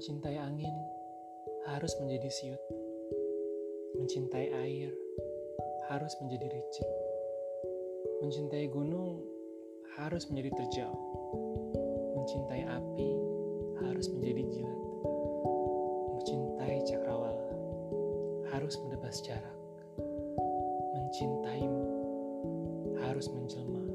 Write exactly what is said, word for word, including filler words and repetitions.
Mencintai angin harus menjadi siut. Mencintai air harus menjadi ricik. Mencintai gunung harus menjadi terjal. Mencintai api harus menjadi jilat. Mencintai cakrawala harus menebas jarak. Mencintaimu harus menjelma